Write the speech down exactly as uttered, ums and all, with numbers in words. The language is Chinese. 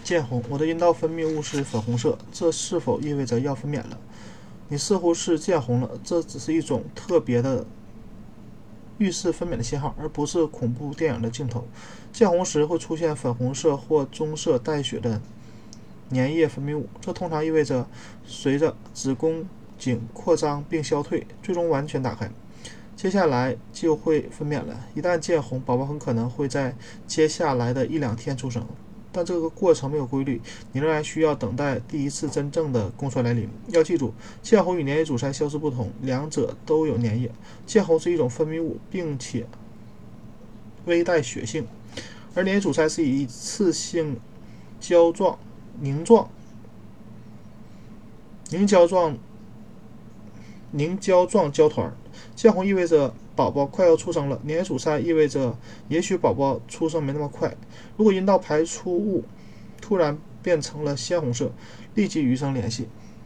见红，我的阴道分泌物是粉红色，这是否意味着要分娩了？你似乎是见红了，这只是一种特别的预示分娩的信号，而不是恐怖电影的镜头。见红时会出现粉红色或棕色带血的粘液分泌物，这通常意味着随着子宫颈扩张并消退，最终完全打开，接下来就会分娩了。一旦见红，宝宝很可能会在接下来的一两天出生，但这个过程没有规律，你仍然需要等待第一次真正的宫衰来临。要记住，见红与粘液阻塞消失不同，两者都有粘液。见红是一种分泌物，并且微带血性，而粘液阻塞是以一次性胶状凝状凝胶状凝胶状胶团。见红意味着宝宝快要出生了，粘液阻塞意味着也许宝宝出生没那么快。如果阴道排出物突然变成了鲜红色，立即与医生联系。